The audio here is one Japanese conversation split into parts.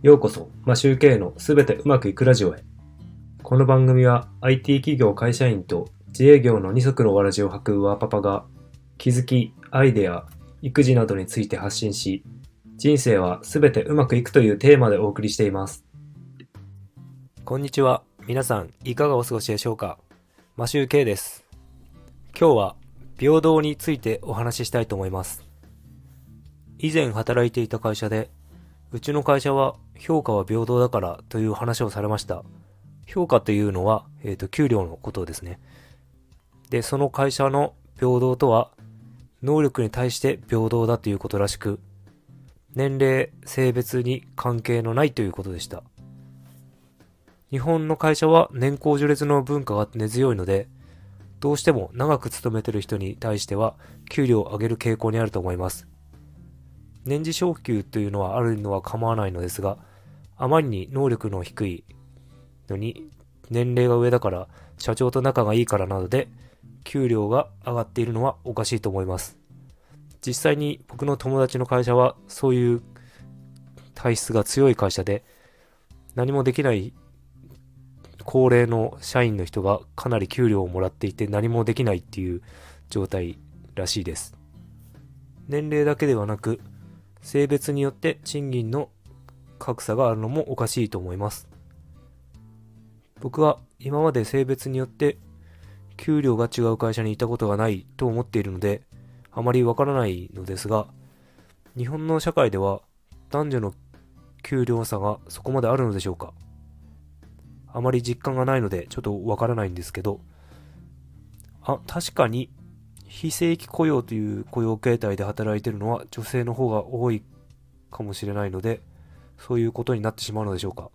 ようこそ、マシューケイのすべてうまくいくラジオへ。この番組は IT 企業会社員と自営業の二足のわらじを履くワーパパが気づき、アイデア、育児などについて発信し、人生はすべてうまくいくというテーマでお送りしています。 こんにちは。皆さん、いかがお過ごしでしょうか。マシューケイです。今日は平等についてお話ししたいと思います。以前働いていた会社で、うちの会社は評価は平等だからという話をされました。評価というのは、給料のことですね。で、その会社の平等とは、能力に対して平等だということらしく、年齢、性別に関係のないということでした。日本の会社は年功序列の文化が根強いので、どうしても長く勤めている人に対しては給料を上げる傾向にあると思います。年次昇給というのはあるのは構わないのですが、あまりに能力の低いのに年齢が上だから社長と仲がいいからなどで給料が上がっているのはおかしいと思います。実際に僕の友達の会社はそういう体質が強い会社で、何もできない高齢の社員の人がかなり給料をもらっていて何もできないっていう状態らしいです。年齢だけではなく性別によって賃金の格差があるのもおかしいと思います。僕は今まで性別によって給料が違う会社にいたことがないと思っているのであまりわからないのですが、日本の社会では男女の給料差がそこまであるのでしょうか。あまり実感がないのでちょっとわからないんですけど、確かに非正規雇用という雇用形態で働いているのは女性の方が多いかもしれないので、そういうことになってしまうのでしょうか。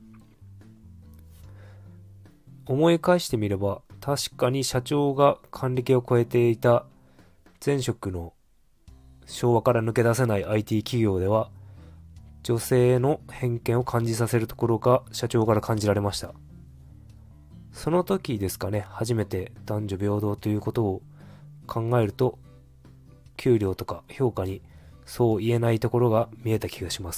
思い返してみれば、確かに社長が還暦を超えていた前職の昭和から抜け出せない IT 企業では、女性への偏見を感じさせるところが社長から感じられました。その時ですかね、初めて男女平等ということを考えると、給料とか評価にそう言えないところが見えた気がします。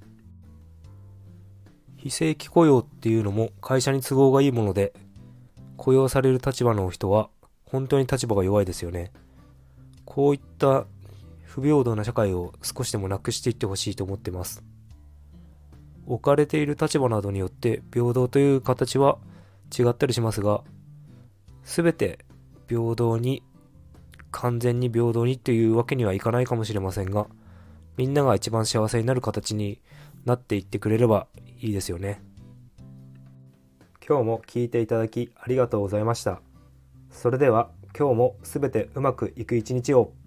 非正規雇用っていうのも会社に都合がいいもので、雇用される立場の人は本当に立場が弱いですよね。こういった不平等な社会を少しでもなくしていってほしいと思っています。置かれている立場などによって平等という形は違ったりしますが、すべて平等に、完全に平等にというわけにはいかないかもしれませんが、みんなが一番幸せになる形になっていってくれればいいですよね。 今日も聞いていただきありがとうございました。それでは今日もすべてうまくいく一日を。